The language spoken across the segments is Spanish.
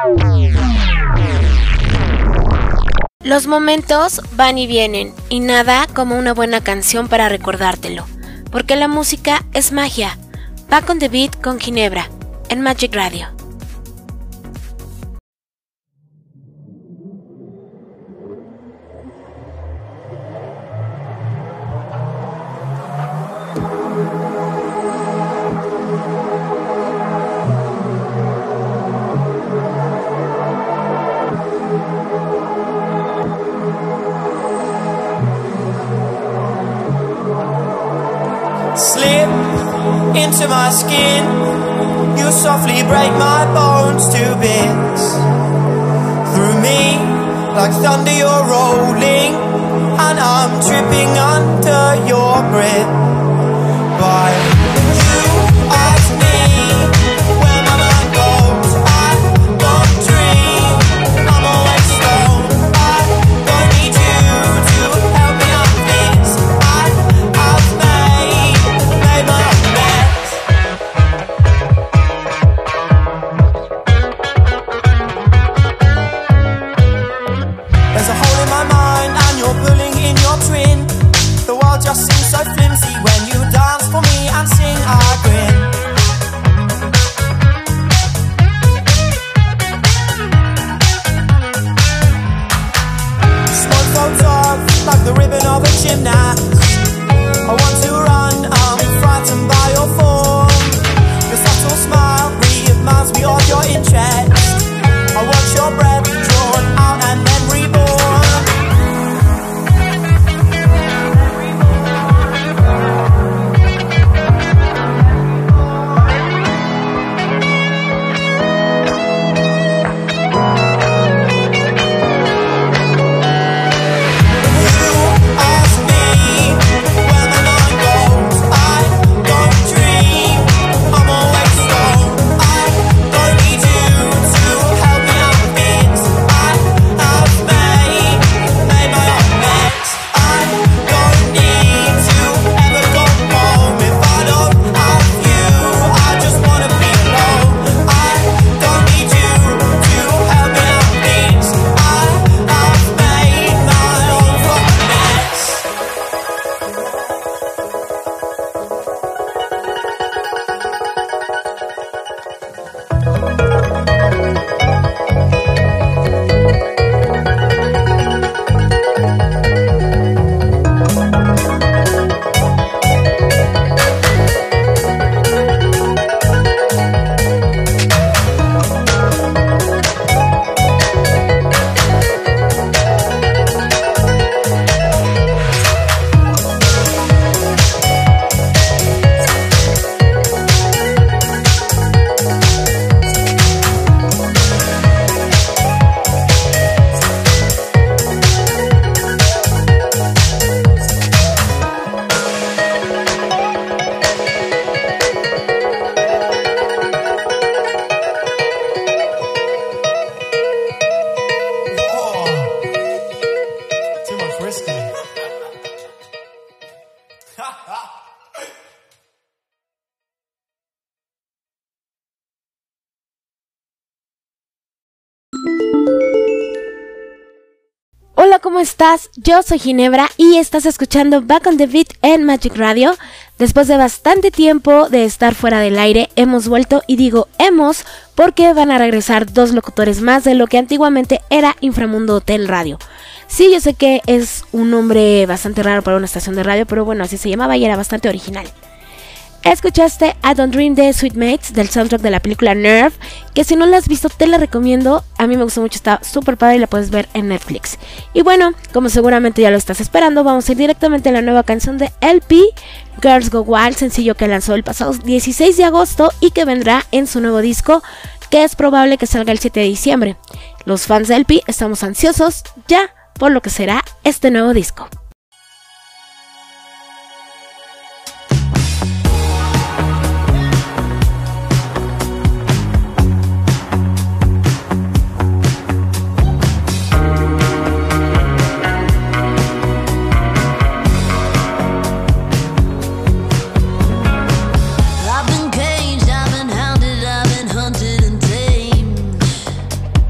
Los momentos van y vienen, y nada como una buena canción para recordártelo, porque la música es magia. Back on the Beat con Ginebra, en Magic Radio. Slip into my skin, you softly break my bones to bits. Through me, like thunder you're rolling, and I'm tripping under your grip. But you ask me where my mind goes, I don't dream, I'm always stoned. I don't need you to help me out this. I've made my own mess. There's a hole in my mind and you're pulling in your twin. The world just seems so flimsy when you dance for me and sing, I grin. Smoke floats off like the ribbon of a gymnast. I want to run, I'm frightened by your form. Your subtle smile reminds me of your interest. I watch your breath drawn out and then reborn. Hola, ¿cómo estás? Yo soy Ginebra y estás escuchando Back on the Beat en Magic Radio. Después de bastante tiempo de estar fuera del aire, hemos vuelto, y digo hemos porque van a regresar 2 locutores más de lo que antiguamente era Inframundo Hotel Radio. Sí, yo sé que es un nombre bastante raro para una estación de radio, pero bueno, así se llamaba y era bastante original. Escuchaste I Don't Dream de Sweet Mates del soundtrack de la película Nerve, que si no la has visto te la recomiendo. A mí me gustó mucho, está súper padre y la puedes ver en Netflix. Y bueno, como seguramente ya lo estás esperando, vamos a ir directamente a la nueva canción de LP, Girls Go Wild, sencillo que lanzó el pasado 16 de agosto y que vendrá en su nuevo disco, que es probable que salga el 7 de diciembre. Los fans de LP estamos ansiosos ya por lo que será este nuevo disco. I've been caged, I've been hounded, I've been hunted and tamed.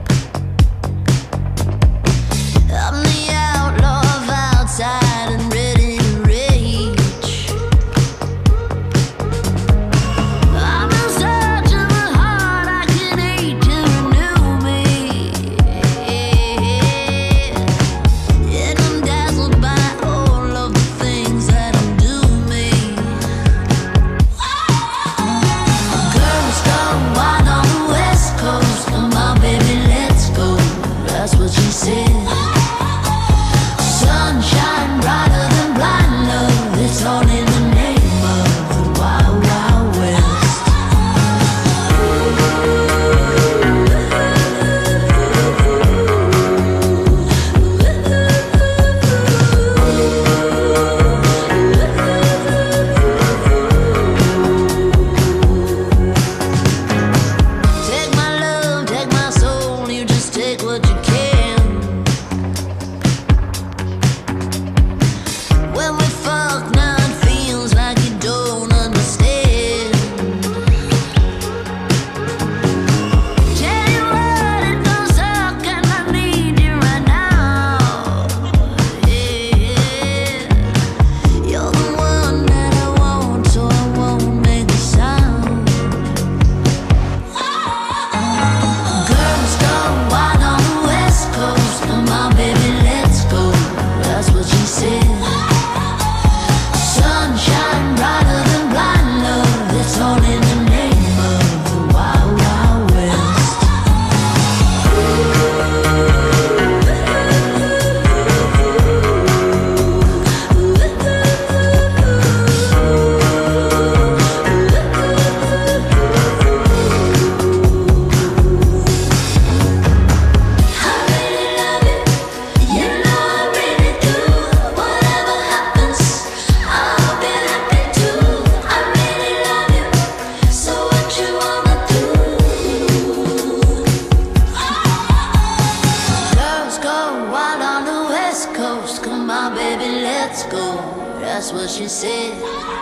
that's what she said.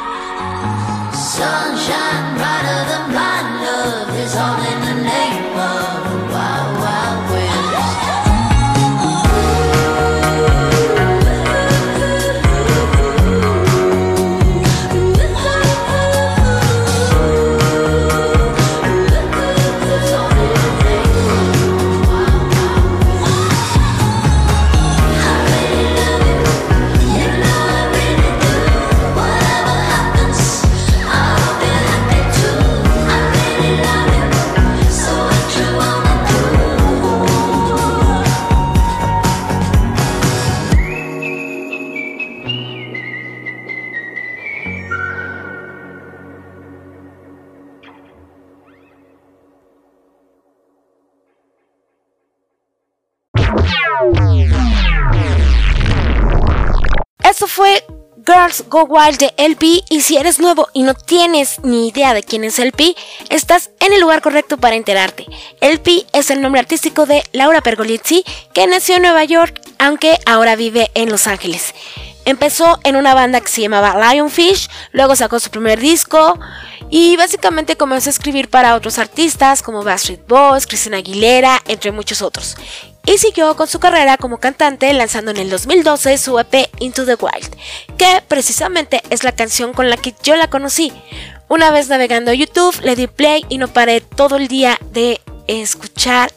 Sunshine brighter than blind love is all in the name of the Wild Wild West. Esto fue Girls Go Wild de LP, y si eres nuevo y no tienes ni idea de quién es LP, estás en el lugar correcto para enterarte. LP es el nombre artístico de Laura Pergolizzi, que nació en Nueva York, aunque ahora vive en Los Ángeles. Empezó en una banda que se llamaba Lionfish, luego sacó su primer disco y básicamente comenzó a escribir para otros artistas como Backstreet Boys, Christina Aguilera, entre muchos otros. Y siguió con su carrera como cantante, lanzando en el 2012 su EP Into the Wild, que precisamente es la canción con la que yo la conocí. Una vez navegando a YouTube le di play y no paré todo el día de escuchar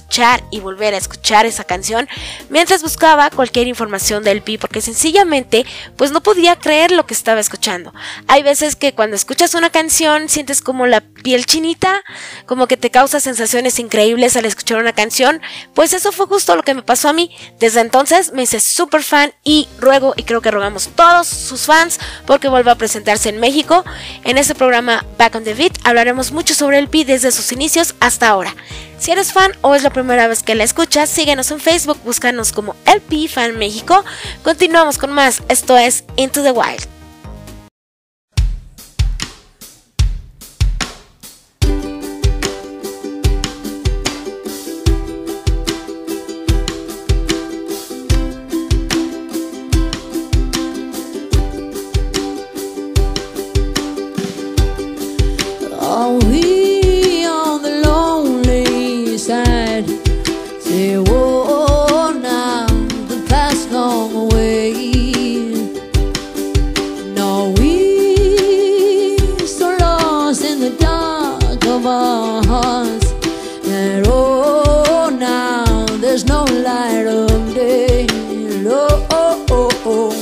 y volver a escuchar esa canción mientras buscaba cualquier información del LP, porque sencillamente pues no podía creer lo que estaba escuchando. Hay veces que cuando escuchas una canción sientes como la piel chinita, como que te causa sensaciones increíbles al escuchar una canción. Pues eso fue justo lo que me pasó a mí. Desde entonces me hice súper fan y ruego, y creo que rogamos todos sus fans, porque vuelva a presentarse en México. En este programa Back on the Beat hablaremos mucho sobre el LP desde sus inicios hasta ahora. Si eres fan o es la primera vez que la escuchas, síguenos en Facebook, búscanos como LP Fan México. Continuamos con más, esto es Into the Wild. Are we on the lonely side? Say, whoa, now the past gone away. No, we so lost in the dark of our hearts. And oh, now there's no light of day. Oh, oh, oh, oh.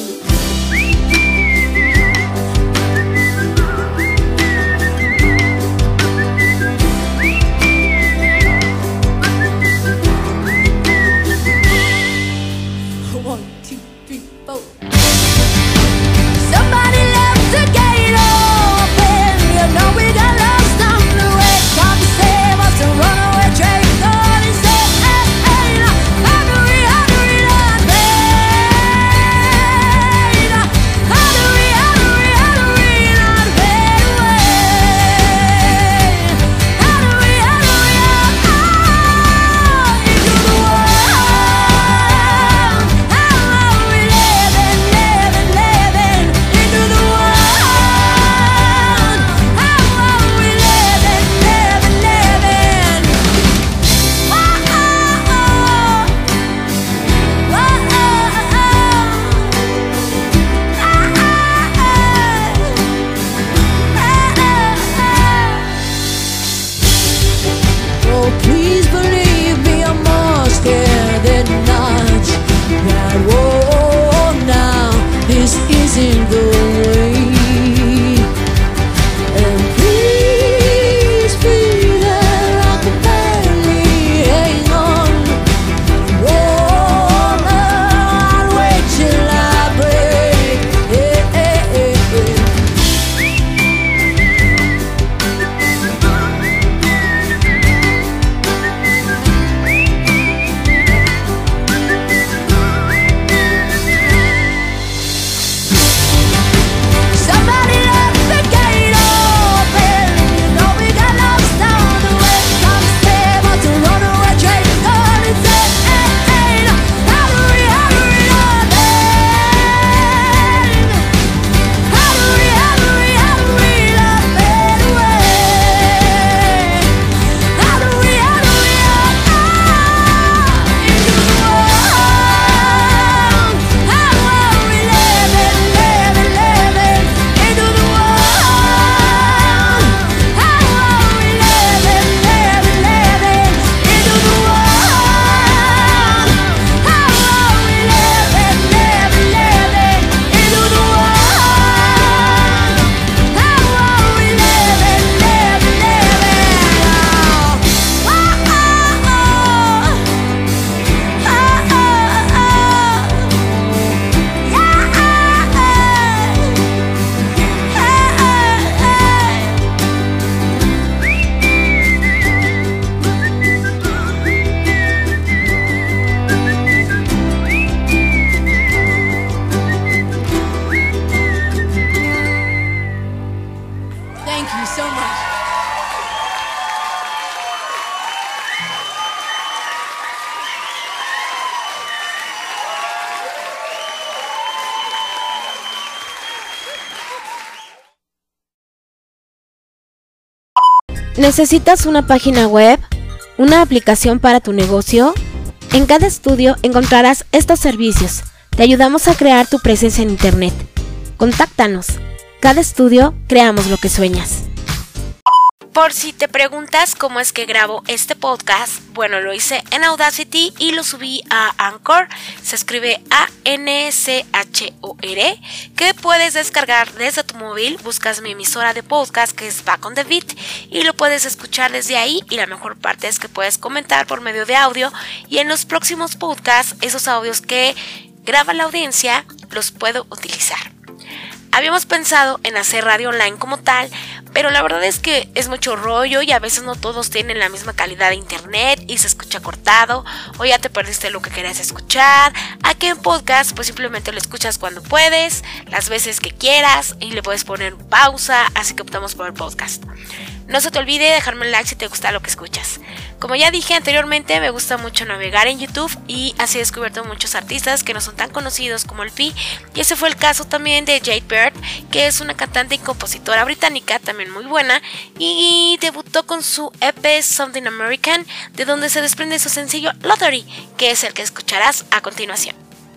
¿Necesitas una página web? ¿Una aplicación para tu negocio? En cada estudio encontrarás estos servicios. Te ayudamos a crear tu presencia en Internet. Contáctanos. Cada estudio, creamos lo que sueñas. Por si te preguntas cómo es que grabo este podcast, bueno, lo hice en Audacity y lo subí a Anchor. Se escribe Anchor, que puedes descargar desde tu móvil. Buscas mi emisora de podcast, que es Back on the Beat, y lo puedes escuchar desde ahí. Y la mejor parte es que puedes comentar por medio de audio, y en los próximos podcasts, esos audios que graba la audiencia, los puedo utilizar. Habíamos pensado en hacer radio online como tal, pero la verdad es que es mucho rollo y a veces no todos tienen la misma calidad de internet y se escucha cortado, o ya te perdiste lo que querías escuchar. Aquí en podcast pues simplemente lo escuchas cuando puedes, las veces que quieras, y le puedes poner pausa, así que optamos por el podcast. No se te olvide dejarme un like si te gusta lo que escuchas. Como ya dije anteriormente, me gusta mucho navegar en YouTube y así he descubierto muchos artistas que no son tan conocidos como el Pi, y ese fue el caso también de Jade Bird, que es una cantante y compositora británica también muy buena, y debutó con su EP Something American, de donde se desprende su sencillo Lottery, que es el que escucharás a continuación.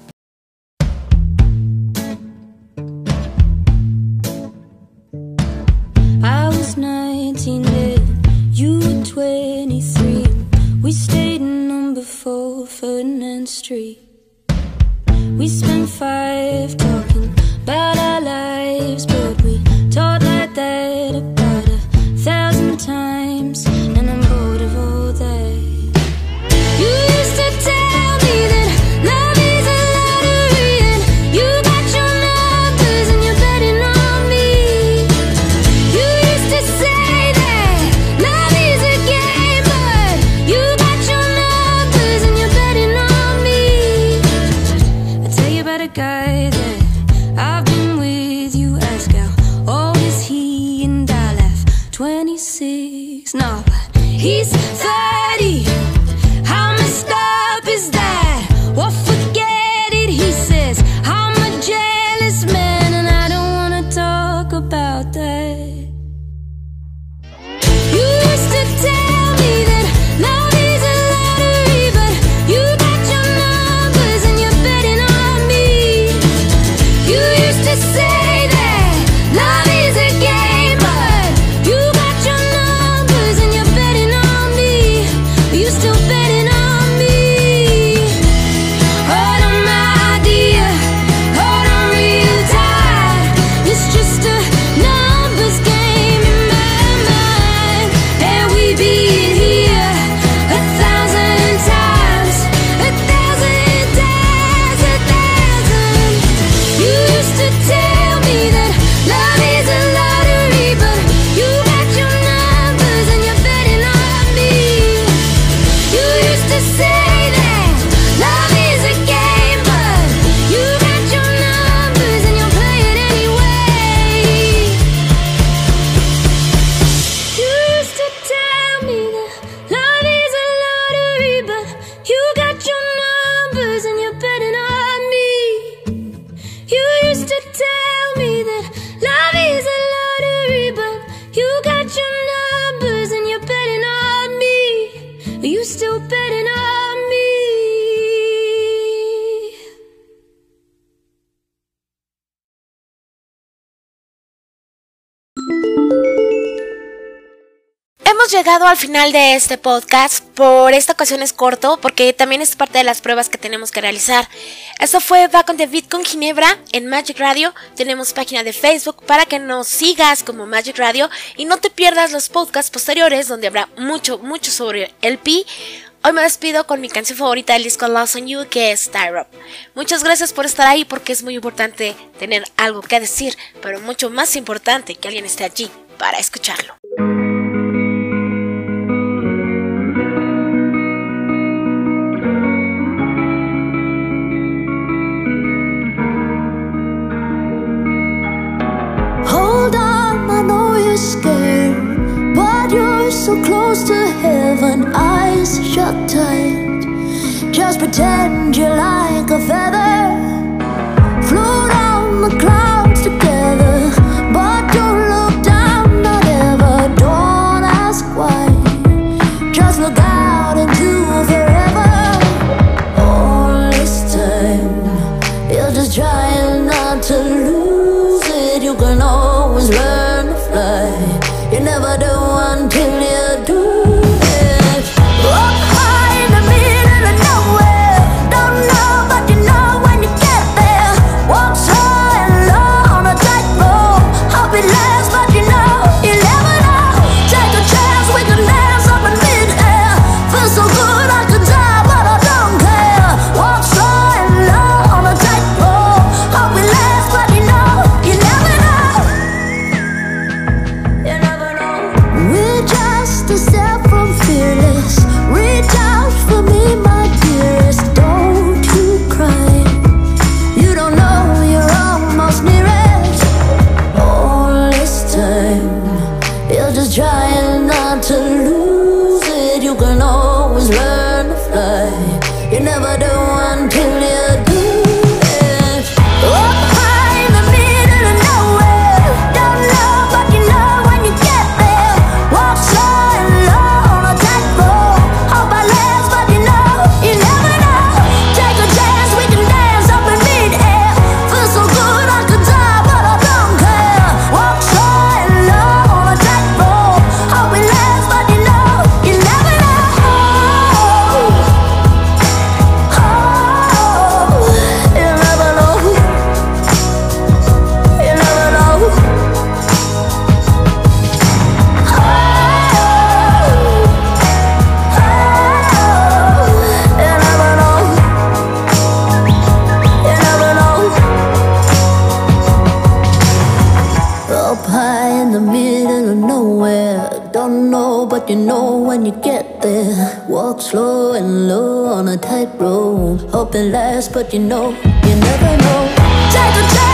I was 19 then, you were 23. We stayed in number 4 Ferdinand Street. We spent 5 talking about our lives, but we talked like that about 1,000 times, and I'm bored of all that. You used to tell me that love is a lottery, and you got your numbers and you're betting on me. You used to say that love is a game, but you got your numbers and you're betting on me. I tell you about a guy that I've been with, you ask how old is he, and I laugh, 26, no, but he's 30. How messed up is that? Well, forget it, he says, I'm a jealous man, and I don't wanna talk about that. You used to tell me that love is a lottery, but you got your numbers and you're betting on me. You used to say that love is a game, but you got your numbers and you're betting on me. Are you still betting on me? Hold on, my dear, hold on real tight. It's just a numbers game in my mind, and we've been here 1,000 times, 1,000 times, 1,000. You used to tell me that love is a lottery, but you got your numbers and you're betting on me. You used to say that love is a game, but you got your numbers and you'll play it anyway. You used to tell me that love is a lottery, but you got your numbers and you're betting on me. You used to tell me that love is a lottery, but you got your numbers and you're betting on me. Are you still betting on me? Hemos llegado al final de este podcast. Por esta ocasión es corto porque también es parte de las pruebas que tenemos que realizar. Esto fue Back on the Beat con Ginebra en Magic Radio. Tenemos página de Facebook para que nos sigas como Magic Radio y no te pierdas los podcasts posteriores donde habrá mucho sobre el Pi. Hoy me despido con mi canción favorita del disco Lost on You, que es Tie Up. Muchas gracias por estar ahí, porque es muy importante tener algo que decir, pero mucho más importante que alguien esté allí para escucharlo. Hold on, I know you're scared, but you're so close to heaven. Eyes shut tight, just pretend you're like a feather. Float on the clouds together, but don't look down, not ever. Don't ask why. getting low on a tightrope. Hope it lasts, but you know, you never know. Take a chance.